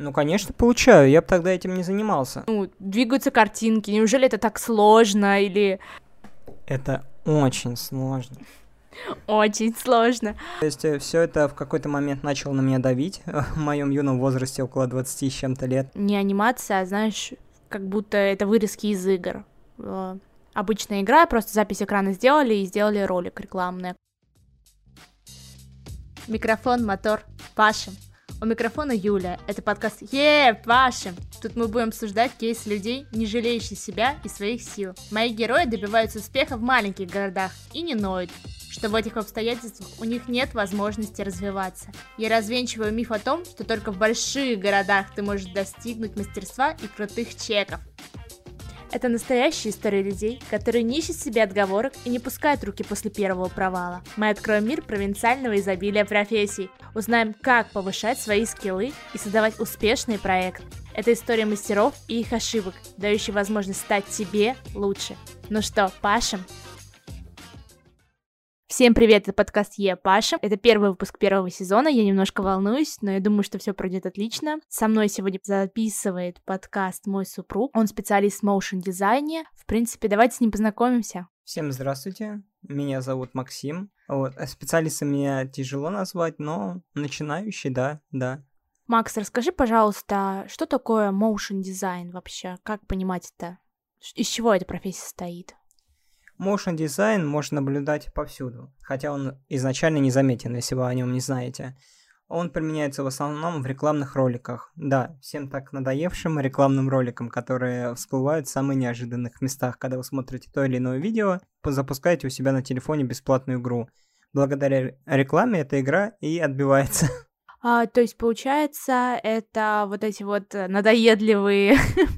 Ну, конечно, получаю, я бы тогда этим не занимался. Ну, двигаются картинки, неужели это так сложно или Это очень сложно. очень сложно? То есть все это в какой-то момент начало на меня давить в моем юном возрасте, около 20 с чем-то лет. Не анимация, а знаешь, как будто это вырезки из игр. Обычная игра, просто запись экрана сделали и сделали ролик рекламный. Микрофон, мотор, Пашем. У микрофона Юля. Это подкаст Пашем. Тут мы будем обсуждать кейсы людей, не жалеющих себя и своих сил. Мои герои добиваются успеха в маленьких городах и не ноют, что в этих обстоятельствах у них нет возможности развиваться. Я развенчиваю миф о том, что только в больших городах ты можешь достигнуть мастерства и крутых чеков. Это настоящая история людей, которые не ищут себе отговорок и не пускают руки после первого провала. Мы откроем мир провинциального изобилия профессий, узнаем, как повышать свои скиллы и создавать успешные проекты. Это история мастеров и их ошибок, дающая возможность стать тебе лучше. Ну что, Пашем? Всем привет, это подкаст Пашем. Это первый выпуск первого сезона, я немножко волнуюсь, но я думаю, что все пройдет отлично. Со мной сегодня записывает подкаст мой супруг, он специалист в моушн-дизайне. В принципе, давайте с ним познакомимся. Всем здравствуйте, меня зовут Максим. Специалистом меня тяжело назвать, но начинающий, да. Макс, расскажи, пожалуйста, что такое моушн-дизайн вообще? Как понимать это? Из чего эта профессия состоит? Motion дизайн можно наблюдать повсюду, хотя он изначально незаметен, если вы о нем не знаете. Он применяется в основном в рекламных роликах. Да, всем так надоевшим рекламным роликам, которые всплывают в самых неожиданных местах, когда вы смотрите то или иное видео, запускаете у себя на телефоне бесплатную игру. Благодаря рекламе эта игра и отбивается. То есть, получается, это вот эти вот надоедливые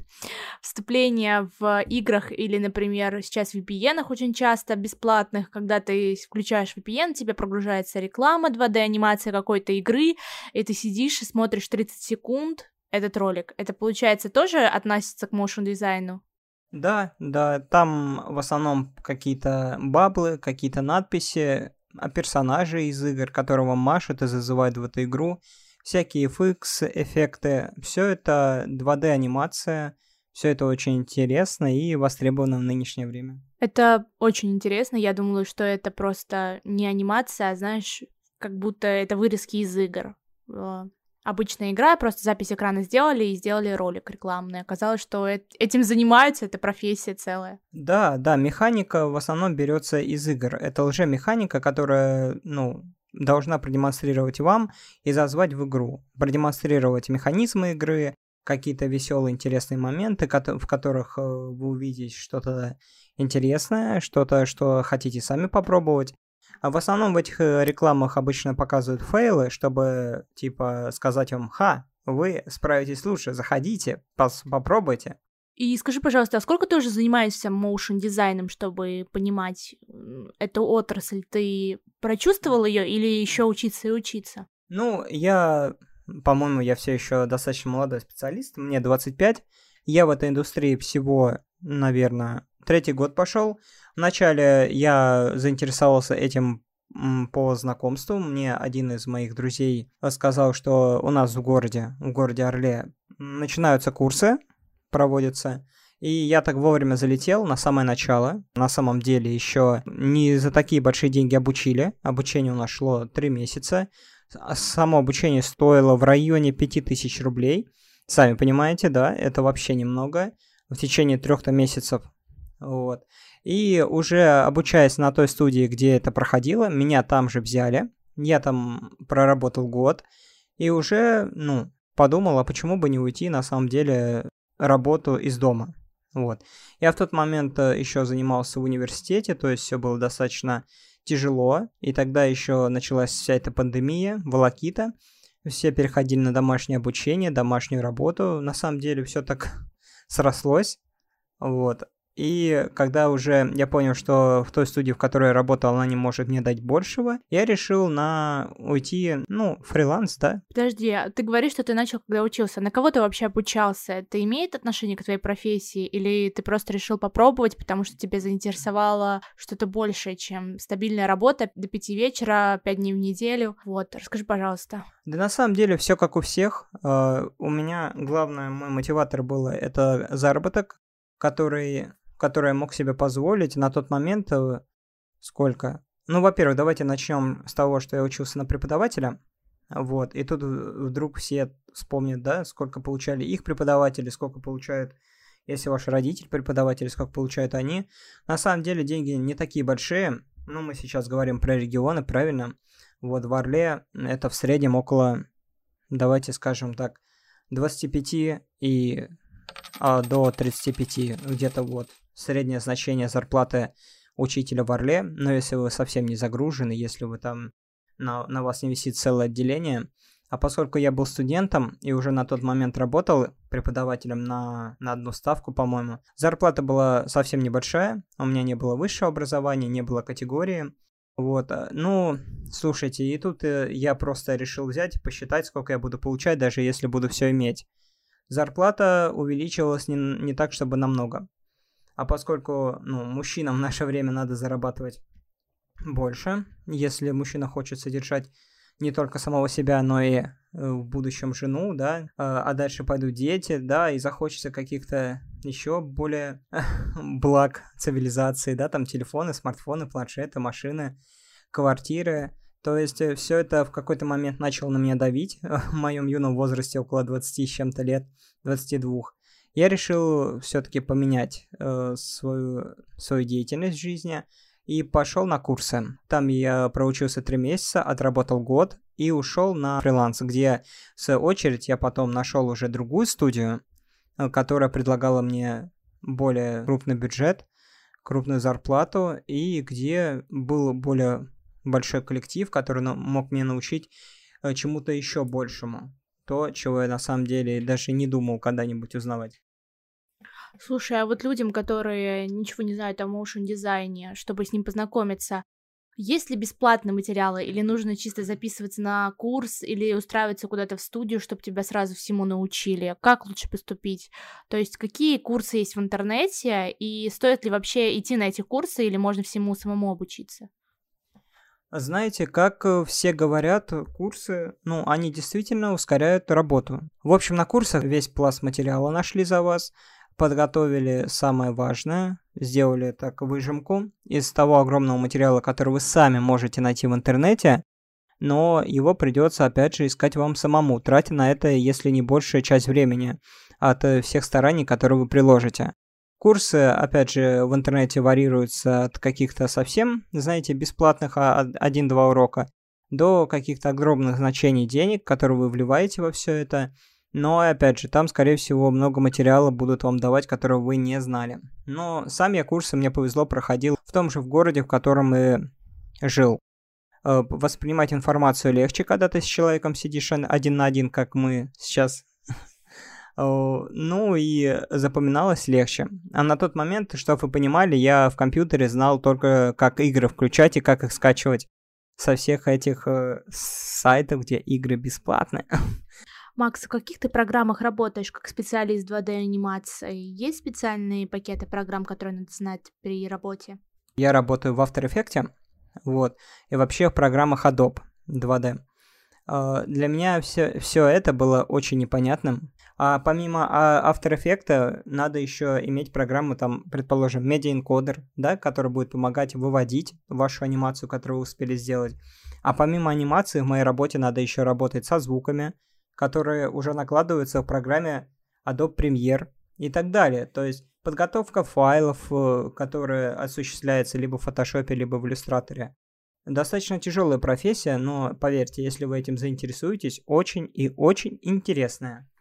вступления в играх или, например, сейчас в VPN-ах очень часто бесплатных, когда ты включаешь VPN, тебе прогружается реклама 2D-анимация какой-то игры, и ты сидишь и смотришь 30 секунд этот ролик. Это, получается, тоже относится к моушн-дизайну? Да, там в основном какие-то баблы, какие-то надписи, персонажи из игр, которые вам машут и зазывают в эту игру, всякие FX, эффекты, все это 2D-анимация, все это очень интересно и востребовано в нынешнее время. Это очень интересно, я думала, что это просто не анимация, а, знаешь, как будто это вырезки из игр. Обычная игра, просто запись экрана сделали и сделали ролик рекламный. Оказалось, что этим занимаются, это профессия целая. Да, механика в основном берется из игр. Это лже-механика, которая, должна продемонстрировать вам и зазвать в игру. Продемонстрировать механизмы игры, какие-то веселые, интересные моменты, в которых вы увидите что-то интересное, что-то, что хотите сами попробовать. А в основном в этих рекламах обычно показывают фейлы, чтобы, сказать вам: вы справитесь лучше, заходите, попробуйте. И скажи, пожалуйста, а сколько ты уже занимаешься моушн-дизайном, чтобы понимать эту отрасль? Ты прочувствовал ее или еще учиться и учиться? По-моему, я все еще достаточно молодой специалист, мне 25. Я в этой индустрии всего, наверное, 3-й год пошел. Вначале я заинтересовался этим по знакомству. Мне один из моих друзей сказал, что у нас в городе Орле, начинаются курсы, проводятся. И я так вовремя залетел на самое начало. На самом деле еще не за такие большие деньги обучили. Обучение у нас шло 3 месяца. Само обучение стоило в районе 5000 рублей. Сами понимаете, да, это вообще немного. В течение 3 месяцев. Вот. И уже обучаясь на той студии, где это проходило, меня там же взяли. Я там проработал год. И уже, подумал, а почему бы не уйти, на самом деле, работу из дома. Вот. Я в тот момент еще занимался в университете, то есть все было достаточно тяжело. И тогда еще началась вся эта пандемия, волокита. Все переходили на домашнее обучение, домашнюю работу. На самом деле все так срослось. Вот. И когда уже я понял, что в той студии, в которой я работал, она не может мне дать большего, я решил уйти, фриланс, да. Подожди, а ты говоришь, что ты начал, когда учился. На кого ты вообще обучался? Это имеет отношение к твоей профессии? Или ты просто решил попробовать, потому что тебе заинтересовало что-то большее, чем стабильная работа до 5 вечера, 5 дней в неделю? Вот, расскажи, пожалуйста. Да на самом деле все как у всех. У меня главное, мой мотиватор был это заработок, который я мог себе позволить на тот момент. Сколько? Во-первых, давайте начнем с того, что я учился на преподавателя. Вот, и тут вдруг все вспомнят, да, сколько получали их преподаватели, сколько получают, если ваш родитель преподаватель, сколько получают они. На самом деле деньги не такие большие. Мы сейчас говорим про регионы, правильно? Вот в Орле это в среднем около, давайте скажем так, 25 и до 35, где-то вот среднее значение зарплаты учителя в Орле. Но если вы совсем не загружены, если вы там на вас не висит целое отделение. А поскольку я был студентом и уже на тот момент работал преподавателем на одну ставку, по-моему, зарплата была совсем небольшая, у меня не было высшего образования, не было категории. Вот, слушайте, и тут я просто решил взять и посчитать, сколько я буду получать, даже если буду все иметь. Зарплата увеличивалась не так, чтобы намного. А поскольку, мужчинам в наше время надо зарабатывать больше, если мужчина хочет содержать не только самого себя, но и в будущем жену, да, а дальше пойдут дети, да, и захочется каких-то еще более благ цивилизации, да, там телефоны, смартфоны, планшеты, машины, квартиры. То есть все это в какой-то момент начало на меня давить в моем юном возрасте, около 20 с чем-то лет, 22. Я решил все-таки поменять свою деятельность в жизни и пошел на курсы. Там я проучился 3 месяца, отработал год и ушел на фриланс, где, в свою очередь, я потом нашел уже другую студию, которая предлагала мне более крупный бюджет, крупную зарплату, и где был более большой коллектив, который мог меня научить чему-то еще большему. То, чего я на самом деле даже не думал когда-нибудь узнавать. Слушай, а вот людям, которые ничего не знают о моушн-дизайне, чтобы с ним познакомиться, есть ли бесплатные материалы, или нужно чисто записываться на курс, или устраиваться куда-то в студию, чтобы тебя сразу всему научили? Как лучше поступить? То есть какие курсы есть в интернете, и стоит ли вообще идти на эти курсы, или можно всему самому обучиться? Знаете, как все говорят, курсы, они действительно ускоряют работу. В общем, на курсах весь пласт материала нашли за вас, подготовили самое важное, сделали так выжимку из того огромного материала, который вы сами можете найти в интернете, но его придется опять же искать вам самому, тратя на это, если не большая часть времени от всех стараний, которые вы приложите. Курсы, опять же, в интернете варьируются от каких-то совсем, знаете, бесплатных 1-2 урока до каких-то огромных значений денег, которые вы вливаете во все это. Но, опять же, там, скорее всего, много материала будут вам давать, которого вы не знали. Но сам я курсы, мне повезло, проходил в том же городе, в котором и жил. Воспринимать информацию легче, когда ты с человеком сидишь один на один, как мы сейчас. И запоминалось легче. А на тот момент, чтобы вы понимали, я в компьютере знал только, как игры включать и как их скачивать со всех этих сайтов, где игры бесплатные. Макс, в каких ты программах работаешь как специалист 2D-анимации? Есть специальные пакеты программ, которые надо знать при работе? Я работаю в After Effects, и вообще в программах Adobe 2D. Для меня все это было очень непонятным. А помимо After Effects надо еще иметь программу, там, предположим, Media Encoder, да, который будет помогать выводить вашу анимацию, которую вы успели сделать. А помимо анимации в моей работе надо еще работать со звуками, которые уже накладываются в программе Adobe Premiere и так далее. То есть подготовка файлов, которые осуществляются либо в Photoshop, либо в Illustrator. Достаточно тяжелая профессия, но поверьте, если вы этим заинтересуетесь, очень и очень интересная.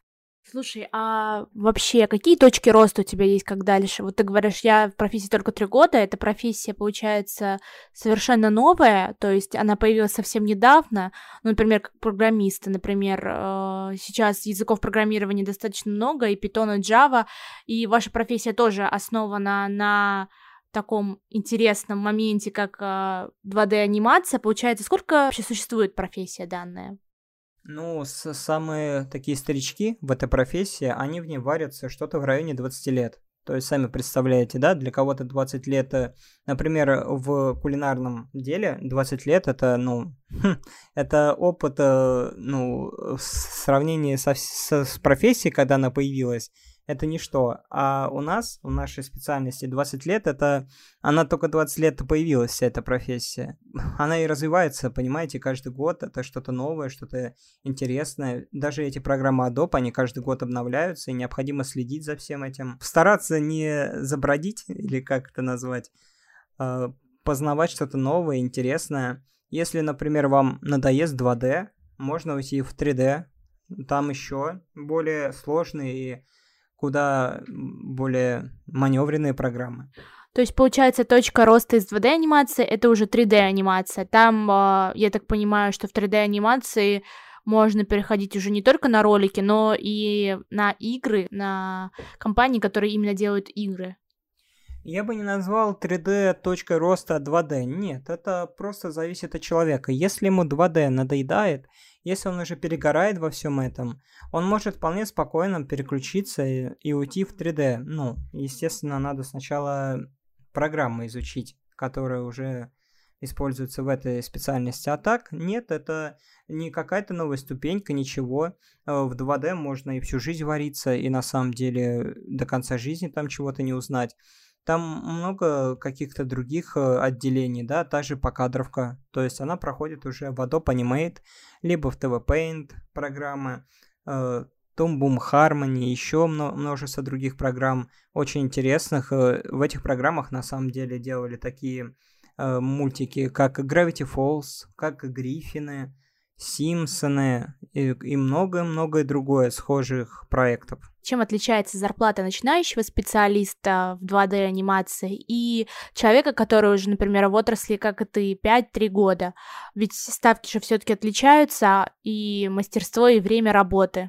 Слушай, а вообще какие точки роста у тебя есть, как дальше? Вот ты говоришь, я в профессии только 3 года, эта профессия, получается, совершенно новая, то есть она появилась совсем недавно, ну, например, как программисты, например, сейчас языков программирования достаточно много, и Python, и Java, и ваша профессия тоже основана на таком интересном моменте, как 2D-анимация. Получается, сколько вообще существует профессия данная? Ну, самые такие старички в этой профессии, они в ней варятся что-то в районе 20 лет. То есть, сами представляете, да, для кого-то 20 лет, например, в кулинарном деле 20 лет это, ну, это опыт, ну, в сравнении с профессией, когда она появилась, это ничто. А у нас, в нашей специальности 20 лет, это она только 20 лет появилась, вся эта профессия. Она и развивается, понимаете, каждый год это что-то новое, что-то интересное. Даже эти программы Adobe, они каждый год обновляются, и необходимо следить за всем этим. Стараться не забродить, или как это назвать, познавать что-то новое, интересное. Если, например, вам надоест 2D, можно уйти в 3D. Там еще более сложные и куда более маневренные программы. То есть, получается, точка роста из 2D-анимации — это уже 3D-анимация. Там, я так понимаю, что в 3D-анимации можно переходить уже не только на ролики, но и на игры, на компании, которые именно делают игры. Я бы не назвал 3D точкой роста 2D. Нет, это просто зависит от человека. Если ему 2D надоедает, если он уже перегорает во всем этом, он может вполне спокойно переключиться и уйти в 3D. Ну, естественно, надо сначала программы изучить, которые уже используются в этой специальности. А так, нет, это не какая-то новая ступенька, ничего. В 2D можно и всю жизнь вариться, и на самом деле до конца жизни там чего-то не узнать. Там много каких-то других отделений, да, та же покадровка, то есть она проходит уже в Adobe Animate, либо в TV Paint программы, Toon Boom Harmony, еще множество других программ очень интересных. В этих программах на самом деле делали такие мультики, как Gravity Falls, как Гриффины, Симпсоны и многое-многое другое схожих проектов. Чем отличается зарплата начинающего специалиста в 2D-анимации и человека, который уже, например, в отрасли, как и ты, 5-3 года? Ведь ставки же все-таки отличаются, и мастерство, и время работы.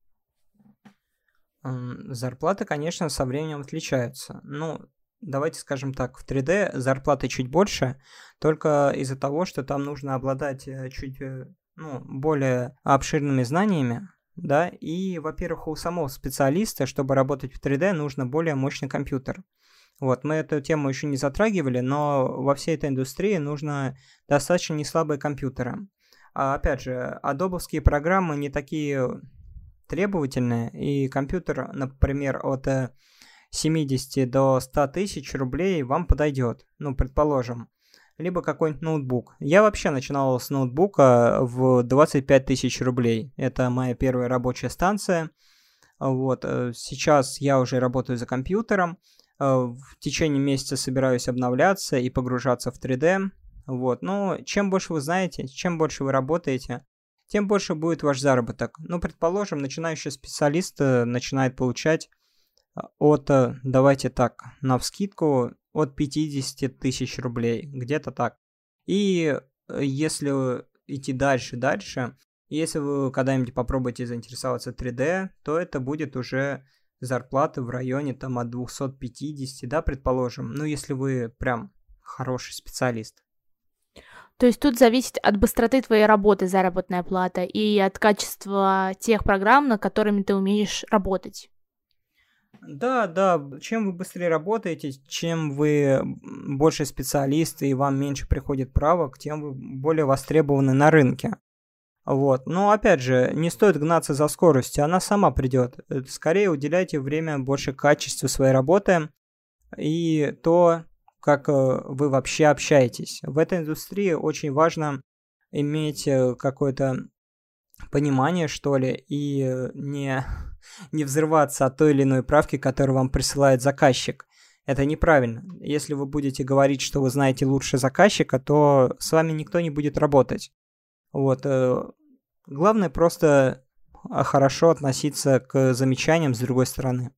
Зарплаты, конечно, со временем отличаются. Ну, давайте скажем так, в 3D зарплаты чуть больше, только из-за того, что там нужно обладать чуть более обширными знаниями, да, и, во-первых, у самого специалиста, чтобы работать в 3D, нужно более мощный компьютер. Вот, мы эту тему еще не затрагивали, но во всей этой индустрии нужно достаточно неслабые компьютеры. А опять же, адобовские программы не такие требовательные, и компьютер, например, от 70 до 100 тысяч рублей вам подойдет, ну, предположим. Либо какой-нибудь ноутбук. Я вообще начинал с ноутбука в 25 тысяч рублей. Это моя первая рабочая станция. Вот. Сейчас я уже работаю за компьютером. В течение месяца собираюсь обновляться и погружаться в 3D. Вот. Но чем больше вы знаете, чем больше вы работаете, тем больше будет ваш заработок. Ну, предположим, начинающий специалист начинает получать от, давайте так, навскидку, от 50 тысяч рублей, где-то так. И если идти дальше, если вы когда-нибудь попробуете заинтересоваться 3D, то это будет уже зарплаты в районе там от 250, да, предположим. Ну, если вы прям хороший специалист. То есть тут зависит от быстроты твоей работы заработная плата и от качества тех программ, над которыми ты умеешь работать. Да, чем вы быстрее работаете, чем вы больше специалисты и вам меньше приходит правок, тем вы более востребованы на рынке. Вот. Но опять же, не стоит гнаться за скоростью, она сама придет. Скорее уделяйте время больше качеству своей работы и то, как вы вообще общаетесь. В этой индустрии очень важно иметь какое-то понимание, что ли, и не взрываться от той или иной правки, которую вам присылает заказчик. Это неправильно. Если вы будете говорить, что вы знаете лучше заказчика, то с вами никто не будет работать. Вот. Главное просто хорошо относиться к замечаниям с другой стороны.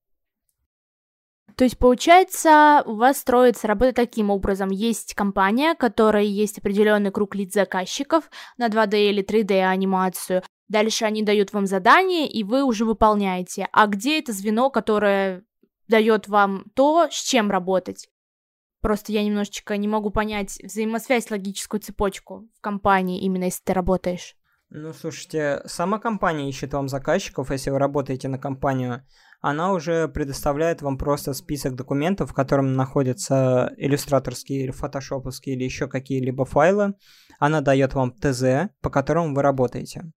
То есть, получается, у вас строится работа таким образом. Есть компания, которой есть определенный круг лид-заказчиков на 2D или 3D анимацию. Дальше они дают вам задание, и вы уже выполняете. А где это звено, которое дает вам то, с чем работать? Просто я немножечко не могу понять взаимосвязь, логическую цепочку в компании, именно если ты работаешь. Ну, слушайте, сама компания ищет вам заказчиков, если вы работаете на компанию. Она уже предоставляет вам просто список документов, в котором находятся иллюстраторские или фотошоповские или еще какие-либо файлы. Она дает вам ТЗ, по которому вы работаете.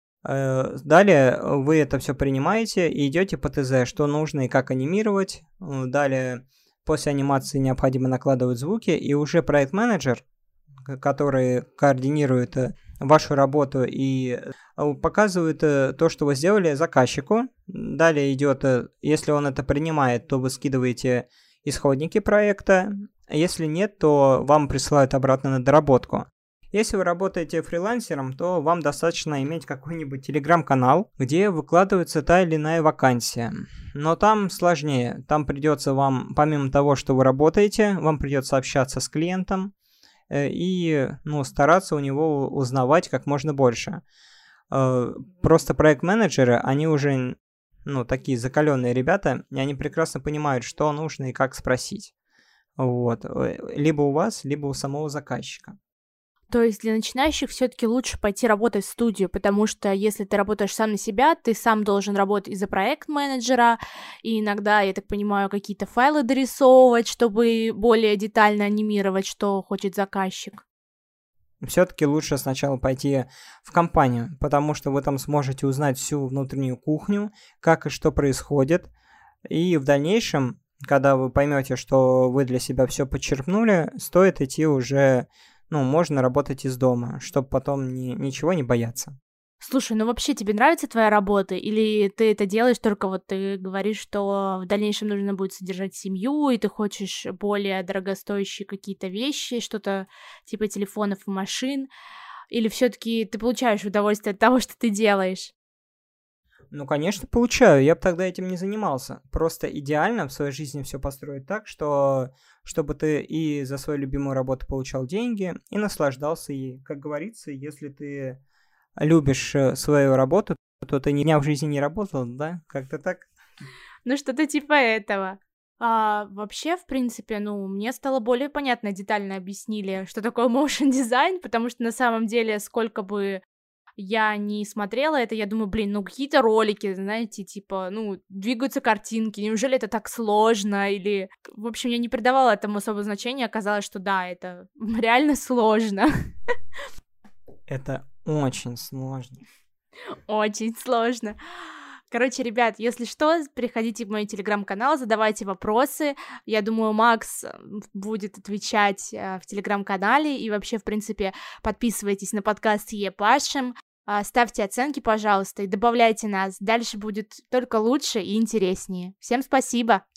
Далее вы это все принимаете и идете по ТЗ, что нужно и как анимировать. Далее после анимации необходимо накладывать звуки, и уже проект-менеджер, который координирует вашу работу и показывает то, что вы сделали, заказчику. Далее идет, если он это принимает, то вы скидываете исходники проекта. Если нет, то вам присылают обратно на доработку. Если вы работаете фрилансером, то вам достаточно иметь какой-нибудь телеграм-канал, где выкладывается та или иная вакансия. Но там сложнее. Там придется вам, помимо того, что вы работаете, вам придется общаться с клиентом и стараться у него узнавать как можно больше. Просто проект-менеджеры, они уже такие закаленные ребята, и они прекрасно понимают, что нужно и как спросить. Вот. Либо у вас, либо у самого заказчика. То есть для начинающих все-таки лучше пойти работать в студию, потому что если ты работаешь сам на себя, ты сам должен работать из-за проект-менеджера, и иногда, я так понимаю, какие-то файлы дорисовывать, чтобы более детально анимировать, что хочет заказчик. Все-таки лучше сначала пойти в компанию, потому что вы там сможете узнать всю внутреннюю кухню, как и что происходит, и в дальнейшем, когда вы поймете, что вы для себя все подчерпнули, стоит идти уже... можно работать из дома, чтобы потом ничего не бояться. Слушай, вообще тебе нравится твоя работа? Или ты это делаешь только ты говоришь, что в дальнейшем нужно будет содержать семью, и ты хочешь более дорогостоящие какие-то вещи, что-то типа телефонов и машин? Или все-таки ты получаешь удовольствие от того, что ты делаешь? Конечно, получаю. Я бы тогда этим не занимался. Просто идеально в своей жизни все построить так, чтобы ты и за свою любимую работу получал деньги, и наслаждался ей. Как говорится, если ты любишь свою работу, то ты ни дня в жизни не работал, да? Как-то так? Что-то типа этого. Вообще, в принципе, мне стало более понятно, детально объяснили, что такое motion design, потому что на самом деле, сколько бы я не смотрела это, я думаю, какие-то ролики, знаете, типа, двигаются картинки, неужели это так сложно, или... В общем, я не придавала этому особого значения, оказалось, что да, это реально сложно. Это очень сложно. Очень сложно. Короче, ребят, если что, приходите в мой телеграм-канал, задавайте вопросы. Я думаю, Макс будет отвечать в телеграм-канале. И вообще, в принципе, подписывайтесь на подкаст Епашем. Ставьте оценки, пожалуйста, и добавляйте нас. Дальше будет только лучше и интереснее. Всем спасибо!